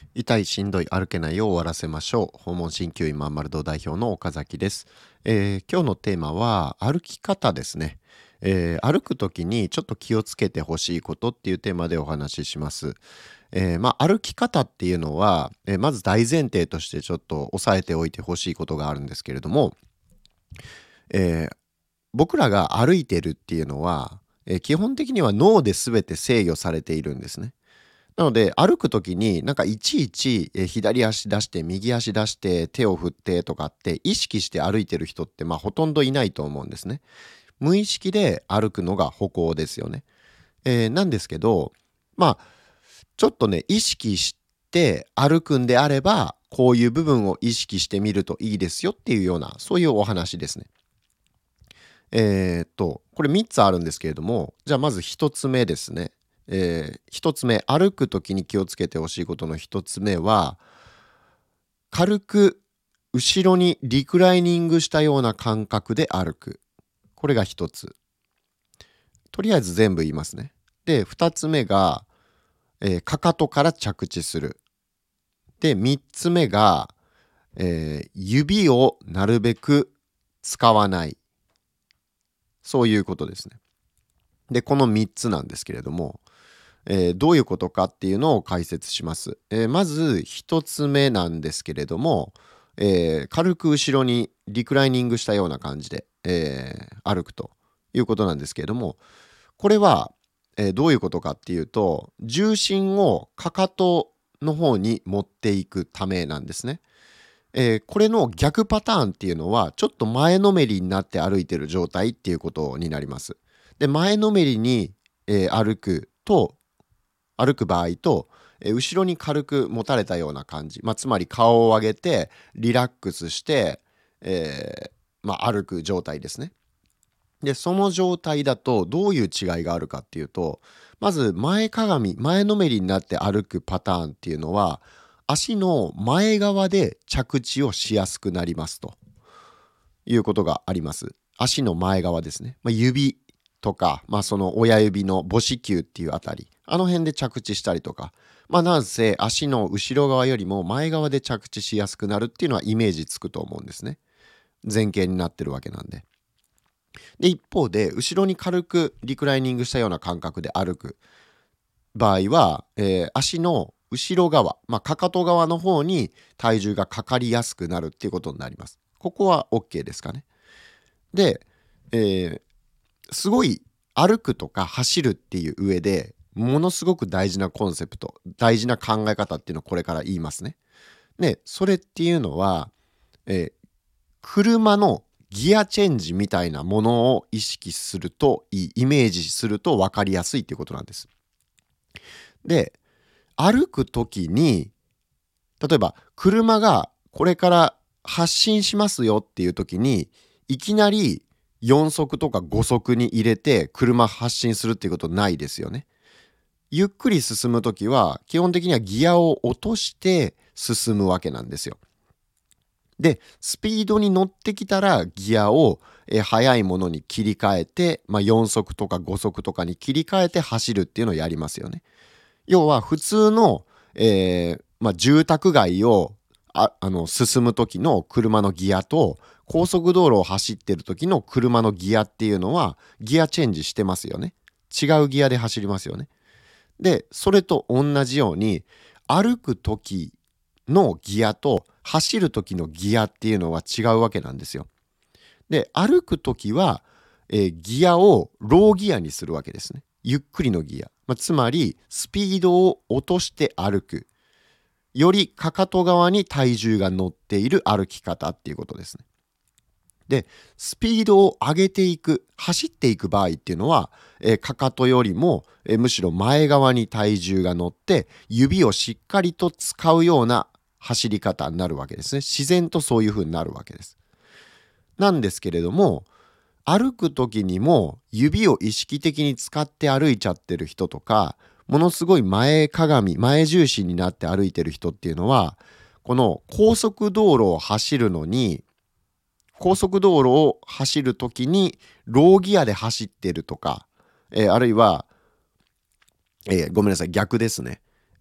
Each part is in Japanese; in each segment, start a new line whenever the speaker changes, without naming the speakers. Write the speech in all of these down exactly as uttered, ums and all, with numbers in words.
痛いしんどい歩けないを終わらせましょう。訪問鍼灸院まんまる堂代表の岡崎です。えー今日のテーマは歩き方ですね。えー歩くときにちょっと気をつけてほしいことっていうテーマでお話しします。えーまあ、歩き方っていうのは、えーまず大前提としてちょっと押さえておいてほしいことがあるんですけれども、えー僕らが歩いてるっていうのは、えー基本的には脳で全て制御されているんですね。なので、歩く時になんかいちいち、え、左足出して、右足出して、手を振ってとかって意識して歩いてる人って、ま、ほとんどいないと思うんですね。無意識で歩くのが歩行ですよね。えーなんですけど、まあ、ちょっとね、意識して歩くんであれば、こういう部分を意識してみるといいですよっていうような、そういうお話ですね。えーっと、これみっつあるんですけれども、じゃあまずひとつめですね。えー、ひとつめ、歩く時に気をつけてほしいことのひとつめは、軽く後ろにリクライニングしたような感覚で歩く。これがひとつ。とりあえず全部言いますね。で、ふたつめが、えーかかとから着地する。で、みっつめが、えー指をなるべく使わない。そういうことですね。で、このみっつなんですけれども、えーどういうことかっていうのを解説します。えーまずひとつめなんですけれども、えー軽く後ろにリクライニングしたような感じで、えー歩くということなんですけれども、これは、えーどういうことかっていうと、重心をかかとの方に持っていくためなんですね。えーこれの逆パターンっていうのは、ちょっと前のめりになって歩いてる状態っていうことになります。で、前のめりに、えー歩くと歩く場合と、え、後ろに軽く持たれたような感じ、まあ、つまり顔を上げてリラックスして、えーまあ、歩く状態ですね。で、その状態だとどういう違いがあるかっていうと、まず前かがみ、前のめりになって歩くパターンっていうのは、足の前側で着地をしやすくなりますということがあります。足の前側ですね。まあ、指とか、まあ、その親指の母指球っていうあたり、あの辺で着地したりとか、まあ、なんせ足の後ろ側よりも前側で着地しやすくなるっていうのはイメージつくと思うんですね。前傾になってるわけなんで。で、一方で、後ろに軽くリクライニングしたような感覚で歩く場合は、えー足の後ろ側、まあ、かかと側の方に体重がかかりやすくなるっていうことになります。ここは OK ですかね。で、えーすごい歩くとか走るっていう上で、ものすごく大事なコンセプト、大事な考え方っていうのをこれから言いますね。で、それっていうのは、えー車のギアチェンジみたいなものを意識するといい、イメージすると分かりやすいっていうことなんです。で、歩く時に、例えば車がこれから発進しますよっていう時に、いきなりよん速とかご速に入れて車発進するっていうことないですよね。ゆっくり進む時は基本的にはギアを落として進むわけなんですよ。で、スピードに乗ってきたらギアを、え、速いものに切り替えて、まあ、よん速とかご速とかに切り替えて走るっていうのをやりますよね。要は普通の、えーまあ、住宅街をああの進む時の車のギアと高速道路を走ってる時の車のギアっていうのはギアチェンジしてますよね。違うギアで走りますよね。で、それと同じように歩く時のギアと走る時のギアっていうのは違うわけなんですよ。で、歩く時は、えーギアをローギアにするわけですね。ゆっくりのギア。まあ、つまり、スピードを落として歩く。よりかかと側に体重が乗っている歩き方っていうことですね。で、スピードを上げていく、走っていく場合っていうのは、えーかかとよりも、えーむしろ前側に体重が乗って、指をしっかりと使うような走り方になるわけですね。自然とそういう風になるわけです。なんですけれども、歩く時にも指を意識的に使って歩いちゃってる人とか、ものすごい前かがみ、前重心になって歩いてる人っていうのは、この高速道路を走るのに、高速道路を走る時にローギアで走ってるとか、えーあるいは、えーごめんなさい、逆ですね。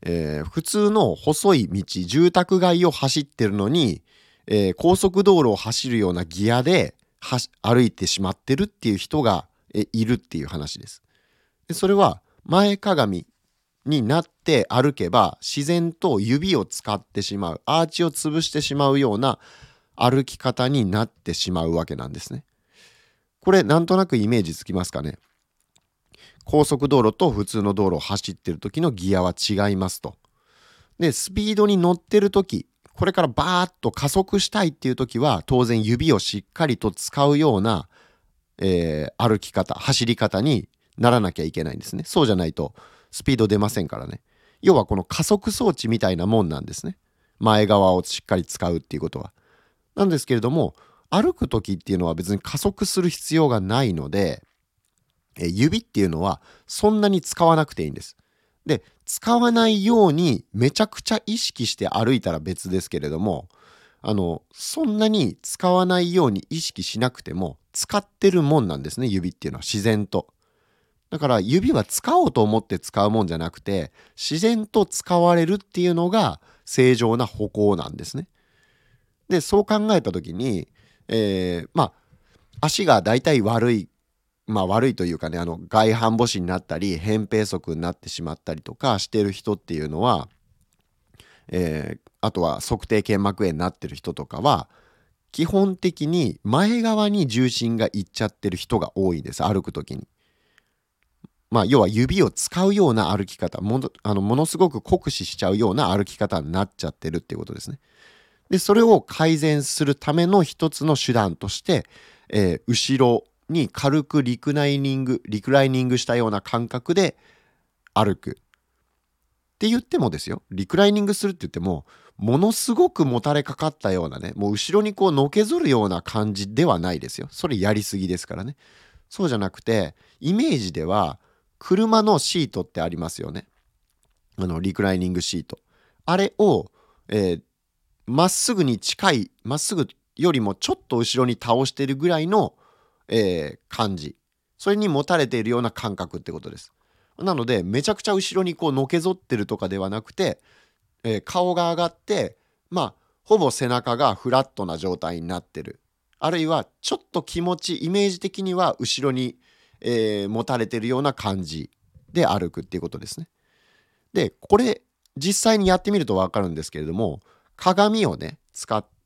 えー普通の細い道、住宅街を走ってるのに、えー高速道路を走るようなギアではし歩いてしまってるっていう人が、えいるっていう話です。で、それは前かがみになって歩けば自然と指を使ってしまう、アーチを潰してしまうような歩き方になってしまうわけなんですね。これなんとなくイメージつきますかね。高速道路と普通の道路を走ってる時のギアは違いますと。で、スピードに乗ってる時、これからバーッと加速したいっていう時は当然指をしっかりと使うような、えー歩き方、走り方にならなきゃいけないんですね。そうじゃないとスピード出ませんからね。要はこの加速装置みたいなもんなんですね。前側をしっかり使うっていうことは。なんですけれども、歩く時っていうのは別に加速する必要がないので、え指っていうのはそんなに使わなくていいんです。で、使わないようにめちゃくちゃ意識して歩いたら別ですけれども、あの、そんなに使わないように意識しなくても使ってるもんなんですね、指っていうのは自然と。だから指は使おうと思って使うもんじゃなくて、自然と使われるっていうのが正常な歩行なんですね。で、そう考えた時に、えーまあ、足がだいたい悪い、まあ悪いというかね、あの外反母趾になったり扁平足になってしまったりとかしてる人っていうのは、えーあとは足底腱膜炎になってる人とかは基本的に前側に重心がいっちゃってる人が多いです、歩く時に。まあ要は指を使うような歩き方、ものあのものすごく酷使しちゃうような歩き方になっちゃってるっていうことですね。で、それを改善するための一つの手段として、えー後ろに軽くリクライニング、リクライニングしたような感覚で歩く。って言ってもですよ、リクライニングするって言っても、ものすごくもたれかかったようなね、もう後ろにこうのけぞるような感じではないですよ。それやりすぎですからね。そうじゃなくて、イメージでは、車のシートってありますよね。あの、リクライニングシート。あれを、えーまっすぐに近い、まっすぐよりもちょっと後ろに倒してるぐらいの、えー感じ。それに持たれているような感覚ってことです。なので、めちゃくちゃ後ろにこうのけぞってるとかではなくて、えー顔が上がって、まあ、ほぼ背中がフラットな状態になってる。あるいは、ちょっと気持ち、イメージ的には後ろに、えー持たれてるような感じで歩くっていうことですね。で、これ、実際にやってみるとわかるんですけれども、鏡をね、使って、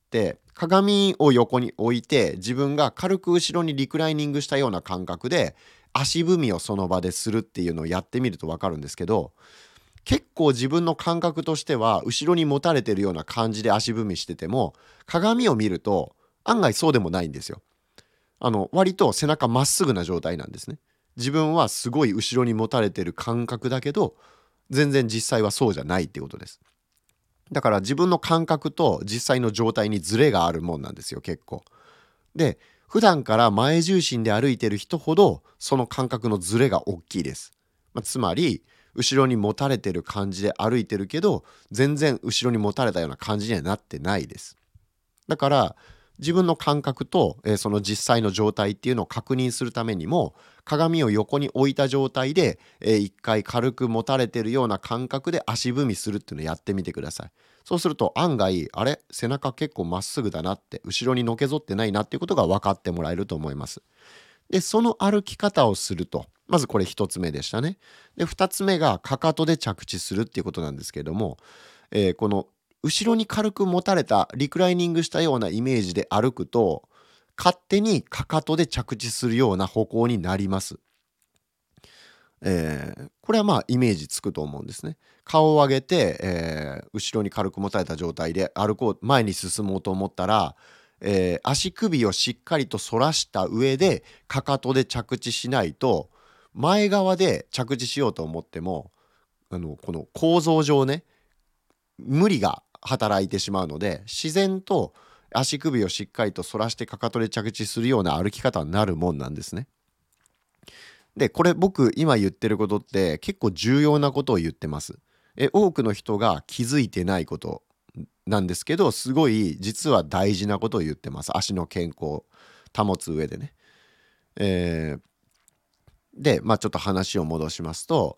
鏡を横に置いて、自分が軽く後ろにリクライニングしたような感覚で、足踏みをその場でするっていうのをやってみるとわかるんですけど、結構自分の感覚としては、後ろに持たれてるような感じで足踏みしてても、鏡を見ると、案外そうでもないんですよ。あの、割と背中まっすぐな状態なんですね。自分はすごい後ろに持たれてる感覚だけど、全然実際はそうじゃないっていうことです。だから自分の感覚と実際の状態にズレがあるもんなんですよ、結構。で、普段から前重心で歩いてる人ほどその感覚のズレが大きいです。まあ、つまり後ろに持たれてる感じで歩いてるけど、全然後ろに持たれたような感じにはなってないです。だから自分の感覚と、えーその実際の状態っていうのを確認するためにも、鏡を横に置いた状態で、えー一回軽く持たれてるような感覚で足踏みするっていうのをやってみてください。そうすると案外、あれ背中結構まっすぐだなって、後ろにのけぞってないなっていうことが分かってもらえると思います。で、その歩き方をすると、まずこれ一つ目でしたね。で、二つ目がかかとで着地するっていうことなんですけれども、えーこの後ろに軽く持たれたリクライニングしたようなイメージで歩くと、勝手にかかとで着地するような歩行になります。えーこれはまあイメージつくと思うんですね。顔を上げて、えー後ろに軽く持たれた状態で歩こう、前に進もうと思ったら、えー足首をしっかりと反らした上で、かかとで着地しないと、前側で着地しようと思っても、あの、この構造上ね、無理が働いてしまうので、自然と足首をしっかりと反らしてかかとで着地するような歩き方になるもんなんですね。で、これ僕今言ってることって結構重要なことを言ってます。え、多くの人が気づいてないことなんですけど、すごい実は大事なことを言ってます。足の健康を保つ上でね。えーで、まあちょっと話を戻しますと、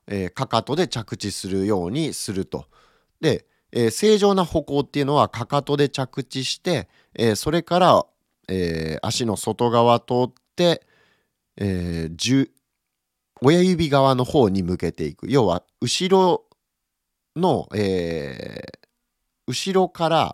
えーかかとで着地するようにすると。で、えー正常な歩行っていうのはかかとで着地して、えーそれから、えー足の外側通って、えーじゅ親指側の方に向けていく。要は後ろの、えー後ろから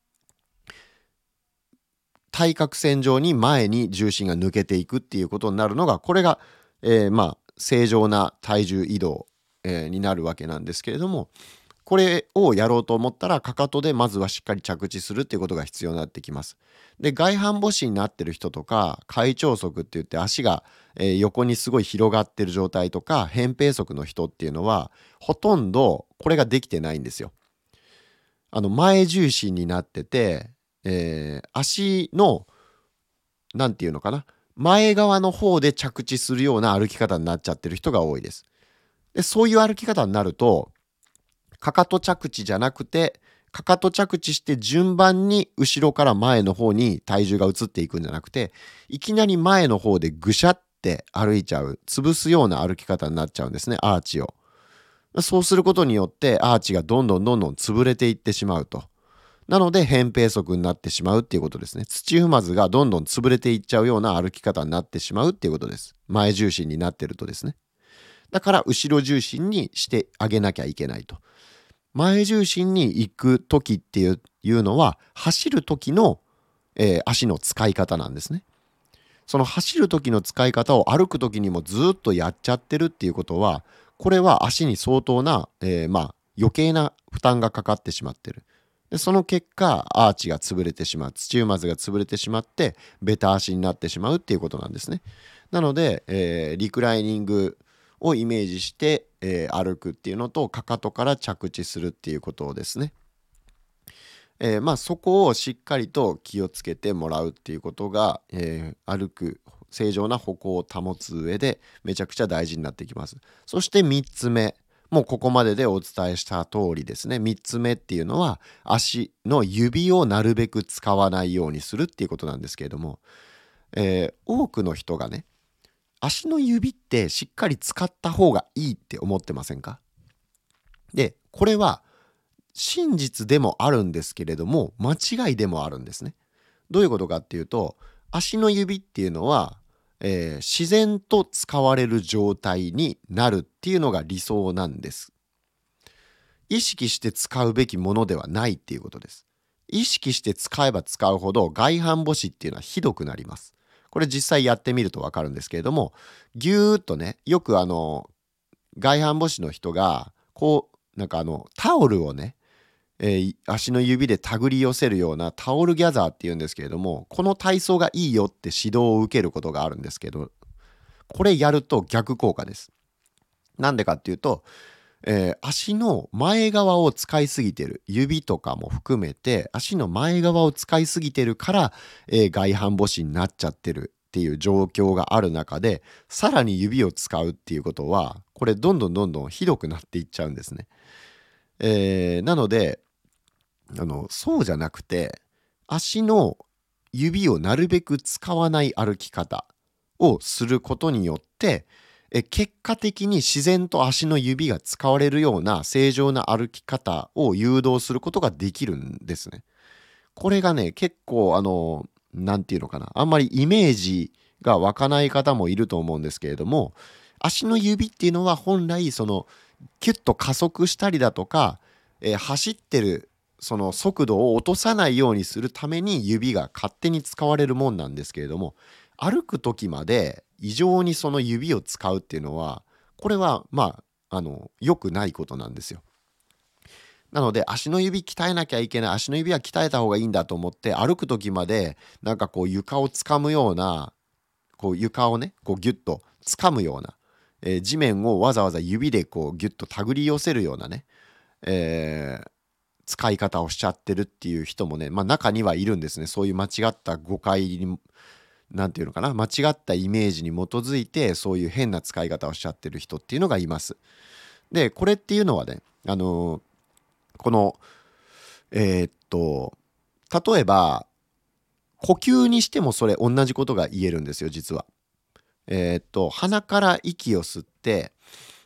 対角線上に前に重心が抜けていくっていうことになるのが、これが、えーまあ正常な体重移動、えーになるわけなんですけれども、これをやろうと思ったらかかとでまずはしっかり着地するっていうことが必要になってきます。で、外反母趾になってる人とか開腸足って言って足が、えー横にすごい広がってる状態とか扁平足の人っていうのはほとんどこれができてないんですよ。あの前重心になってて、えー足のなんていうのかな、前側の方で着地するような歩き方になっちゃってる人が多いです。で、そういう歩き方になるとかかと着地じゃなくて、かかと着地して順番に後ろから前の方に体重が移っていくんじゃなくて、いきなり前の方でぐしゃって歩いちゃう、潰すような歩き方になっちゃうんですね、アーチを。そうすることによってアーチがどんどんどんどん潰れていってしまうと。なので扁平足になってしまうっていうことですね。土踏まずがどんどん潰れていっちゃうような歩き方になってしまうっていうことです。前重心になってるとですね。だから後ろ重心にしてあげなきゃいけないと。前重心に行く時っていういうのは走る時の、えー足の使い方なんですね。その走る時の使い方を歩く時にもずっとやっちゃってるっていうことは、これは足に相当な、えーまあ余計な負担がかかってしまってる。でその結果アーチが潰れてしまう、土踏まずが潰れてしまってベタ足になってしまうっていうことなんですね。なので、えーリクライニングをイメージして、えー歩くっていうのとかかとから着地するっていうことをですね、えーまあそこをしっかりと気をつけてもらうっていうことが、えー歩く正常な歩行を保つ上でめちゃくちゃ大事になってきます。そしてみっつめ、もうここまででお伝えした通りですね、みっつめっていうのは足の指をなるべく使わないようにするっていうことなんですけれども、えー多くの人がね、足の指ってしっかり使った方がいいって思ってませんか？で、これは真実でもあるんですけれども、間違いでもあるんですね。どういうことかっていうと、足の指っていうのは、えー自然と使われる状態になるっていうのが理想なんです。意識して使うべきものではないっていうことです。意識して使えば使うほど外反母趾っていうのはひどくなります。これ実際やってみるとわかるんですけれども、ぎゅーっとね、よくあの、外反母趾の人が、こう、なんかあの、タオルをね、えー足の指で手繰り寄せるようなタオルギャザーっていうんですけれども、この体操がいいよって指導を受けることがあるんですけど、これやると逆効果です。なんでかっていうと、えー足の前側を使いすぎてる、指とかも含めて足の前側を使いすぎてるから、えー外反母趾になっちゃってるっていう状況がある中で、さらに指を使うっていうことはこれどんどんどんどんひどくなっていっちゃうんですね。えーなのであのそうじゃなくて、足の指をなるべく使わない歩き方をすることによって、え結果的に自然と足の指が使われるような正常な歩き方を誘導することができるんですね。これがね、結構あの、なんていうのかな、あんまりイメージが湧かない方もいると思うんですけれども、足の指っていうのは本来そのキュッと加速したりだとか、えー走ってるその速度を落とさないようにするために指が勝手に使われるもんなんですけれども、歩く時まで異常にその指を使うっていうのは、これはまああの良くないことなんですよ。なので足の指鍛えなきゃいけない、足の指は鍛えた方がいいんだと思って歩く時までなんかこう床を掴むような、こう床をねこうギュッと掴むような、えー地面をわざわざ指でこうギュッと手繰り寄せるようなね、えー使い方をしちゃってるっていう人もね、まあ中にはいるんですね。そういう間違った誤解に、なんていうのかな、間違ったイメージに基づいてそういう変な使い方をしちゃってる人っていうのがいます。で、これっていうのはね、あのーこのえーっと例えば呼吸にしてもそれ同じことが言えるんですよ、実は。えーっと鼻から息を吸って、まあ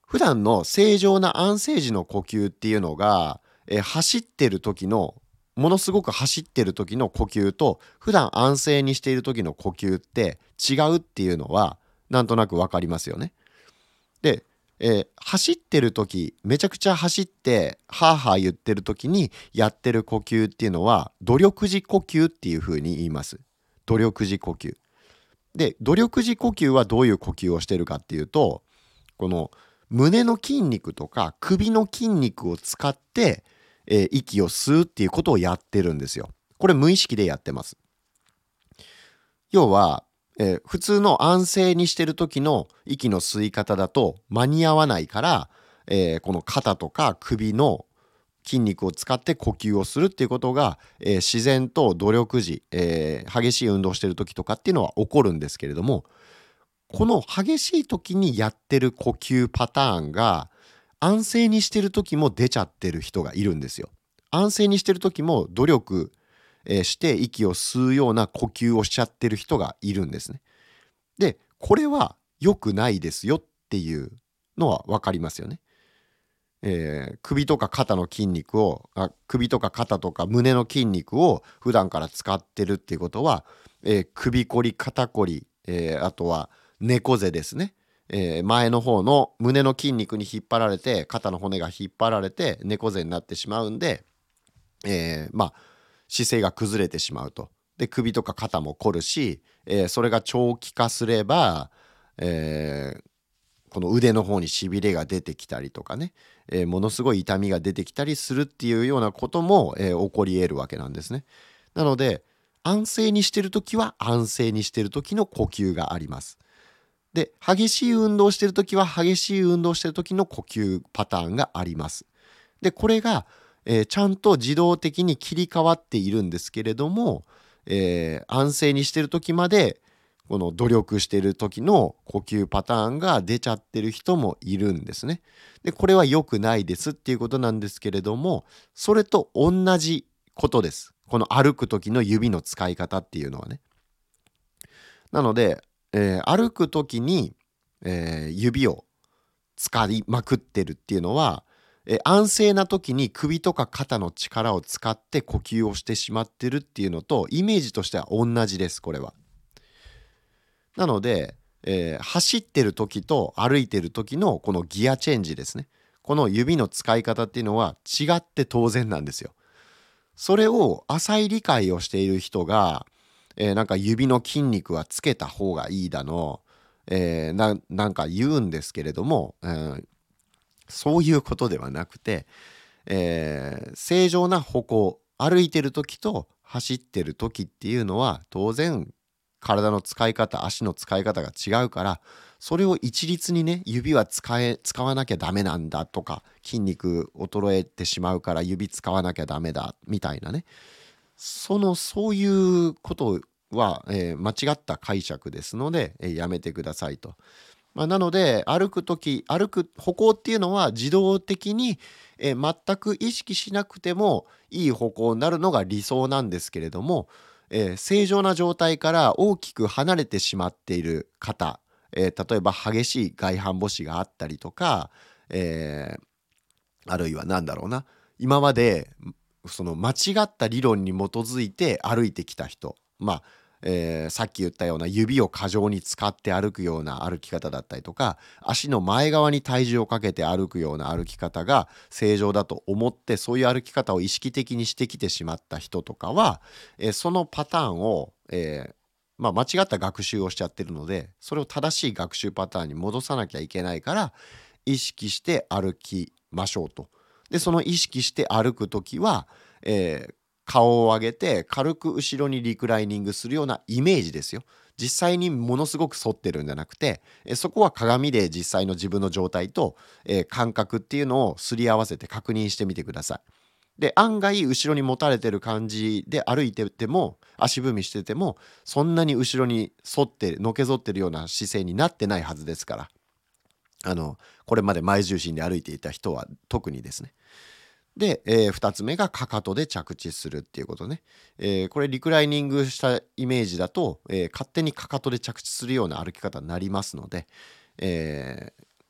普段の正常な安静時の呼吸っていうのが、えー走ってる時のものすごく走ってる時の呼吸と普段安静にしている時の呼吸って違うっていうのはなんとなくわかりますよね。で、えー走ってる時めちゃくちゃ走ってハーハー言ってる時にやってる呼吸っていうのは努力時呼吸っていう風に言います。努力時呼吸。で、努力時呼吸はどういう呼吸をしてるかっていうと、この胸の筋肉とか首の筋肉を使って、えー息を吸うっていうことをやってるんですよ。これ無意識でやってます。要は、えー普通の安静にしてる時の息の吸い方だと間に合わないから、えーこの肩とか首の筋肉を使って呼吸をするっていうことが、えー自然と努力時、えー激しい運動してる時とかっていうのは起こるんですけれども、この激しい時にやってる呼吸パターンが安静にしてる時も出ちゃってる人がいるんですよ。安静にしてる時も努力、えーして息を吸うような呼吸をしちゃってる人がいるんですね。で、これは良くないですよっていうのは分かりますよね。えー首とか肩の筋肉をあ首とか肩とか胸の筋肉を普段から使ってるっていうことは、えー首こり肩こり、えーあとは猫背ですね、えー前の方の胸の筋肉に引っ張られて肩の骨が引っ張られて猫背になってしまうんで、えーまあ姿勢が崩れてしまうと。で首とか肩も凝るし、えーそれが長期化すれば、えーこの腕の方にしびれが出てきたりとかね、えーものすごい痛みが出てきたりするっていうようなことも、えー起こり得るわけなんですね。なので安静にしてる時は安静にしてる時の呼吸があります。で激しい運動してる時は激しい運動してる時の呼吸パターンがあります。でこれが、えーちゃんと自動的に切り替わっているんですけれども、えー安静にしてる時までこの努力してる時の呼吸パターンが出ちゃってる人もいるんですね。でこれは良くないですっていうことなんですけれども、それと同じことです。この歩く時の指の使い方っていうのはね。なので、えー歩く時に、えー指を使いまくってるっていうのは、え、安静な時に首とか肩の力を使って呼吸をしてしまってるっていうのとイメージとしては同じです、これは。なので、えー走ってる時と歩いてる時のこのギアチェンジですね。この指の使い方っていうのは違って当然なんですよ。それを浅い理解をしている人が、えーなんか指の筋肉はつけた方がいいだの、えーななんか言うんですけれども、うん、そういうことではなくて、えー正常な歩行、歩いてる時と走ってる時っていうのは当然体の使い方、足の使い方が違うから、それを一律にね、指は使え使わなきゃダメなんだとか、筋肉衰えてしまうから指使わなきゃダメだみたいなね。そのそういうことは、えー間違った解釈ですので、えーやめてくださいと。まあ、なので歩く時歩く歩行っていうのは自動的に、えー全く意識しなくてもいい歩行になるのが理想なんですけれども、えー正常な状態から大きく離れてしまっている方、えー例えば激しい外反母趾があったりとか、えーあるいは何だろうな、今までその間違った理論に基づいて歩いてきた人、まあ、えーさっき言ったような指を過剰に使って歩くような歩き方だったりとか、足の前側に体重をかけて歩くような歩き方が正常だと思ってそういう歩き方を意識的にしてきてしまった人とかは、えーそのパターンを、えーまあ、間違った学習をしちゃってるので、それを正しい学習パターンに戻さなきゃいけないから意識して歩きましょうと。でその意識して歩く時は、えー顔を上げて軽く後ろにリクライニングするようなイメージですよ。実際にものすごく反ってるんじゃなくて、えそこは鏡で実際の自分の状態と、えー感覚っていうのをすり合わせて確認してみてください。で案外後ろに持たれてる感じで歩いてても足踏みしててもそんなに後ろに反ってのけぞってるような姿勢になってないはずですから。あのこれまで前重心で歩いていた人は特にですね。で、えふたつめがかかとで着地するっていうことね。えーこれリクライニングしたイメージだと、えー勝手にかかとで着地するような歩き方になりますので、えー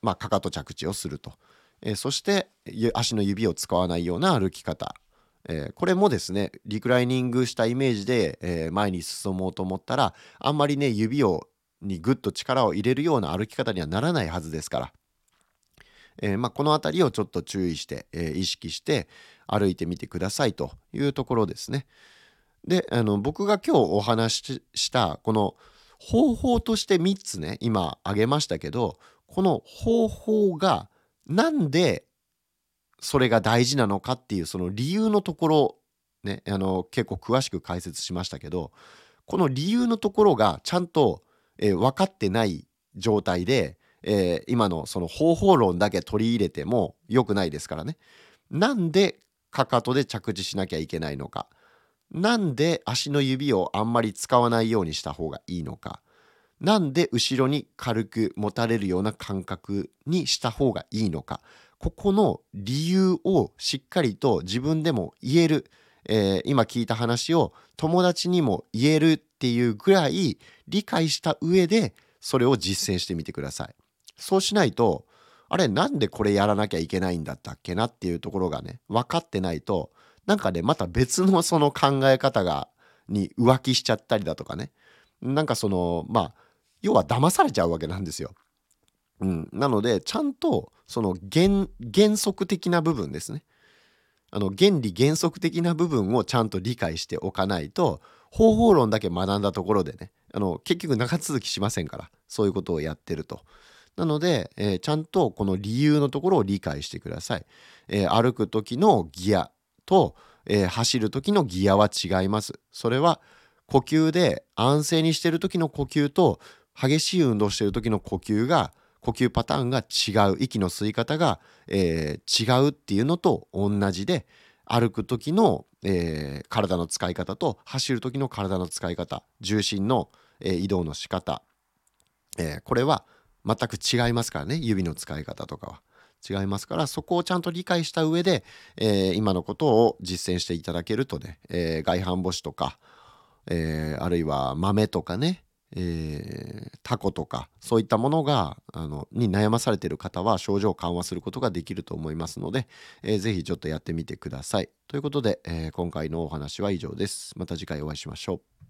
まあ、かかと着地をすると。えーそしてゆ足の指を使わないような歩き方。えーこれもですね、リクライニングしたイメージで、えー前に進もうと思ったら、あんまりね、指をにぐっと力を入れるような歩き方にはならないはずですから。えーまあ、この辺りをちょっと注意して、えー意識して歩いてみてくださいというところですね。で、あの僕が今日お話ししたこの方法としてみっつね、今挙げましたけど、この方法がなんでそれが大事なのかっていうその理由のところ、ね、あの結構詳しく解説しましたけど、この理由のところがちゃんと、えー分かってない状態で、えー今のその方法論だけ取り入れても良くないですからね。なんでかかとで着地しなきゃいけないのか。なんで足の指をあんまり使わないようにした方がいいのか。なんで後ろに軽く持たれるような感覚にした方がいいのか。ここの理由をしっかりと自分でも言える。えー今聞いた話を友達にも言えるっていうぐらい理解した上でそれを実践してみてください。そうしないと、あれなんでこれやらなきゃいけないんだったっけなっていうところがね、分かってないと、なんかね、また別のその考え方がに浮気しちゃったりだとかね。なんかその、まあ、要は騙されちゃうわけなんですよ。うん。なので、ちゃんとその原原則的な部分ですね。あの原理原則的な部分をちゃんと理解しておかないと、方法論だけ学んだところでね、あの結局長続きしませんから、そういうことをやってると。なので、えーちゃんとこの理由のところを理解してください。えー歩く時のギアと、えー走る時のギアは違います。それは呼吸で安静にしてる時の呼吸と激しい運動してる時の呼吸が呼吸パターンが違う、息の吸い方が、えー違うっていうのと同じで、歩く時の、えー体の使い方と走る時の体の使い方、重心の、えー移動の仕方、えーこれは全く違いますからね。指の使い方とかは違いますから、そこをちゃんと理解した上で、えー今のことを実践していただけるとね、えー外反母趾とか、えーあるいは豆とかね、えータコとかそういったものがあのに悩まされている方は症状を緩和することができると思いますので、えーぜひちょっとやってみてください。ということで、えー今回のお話は以上です。また次回お会いしましょう。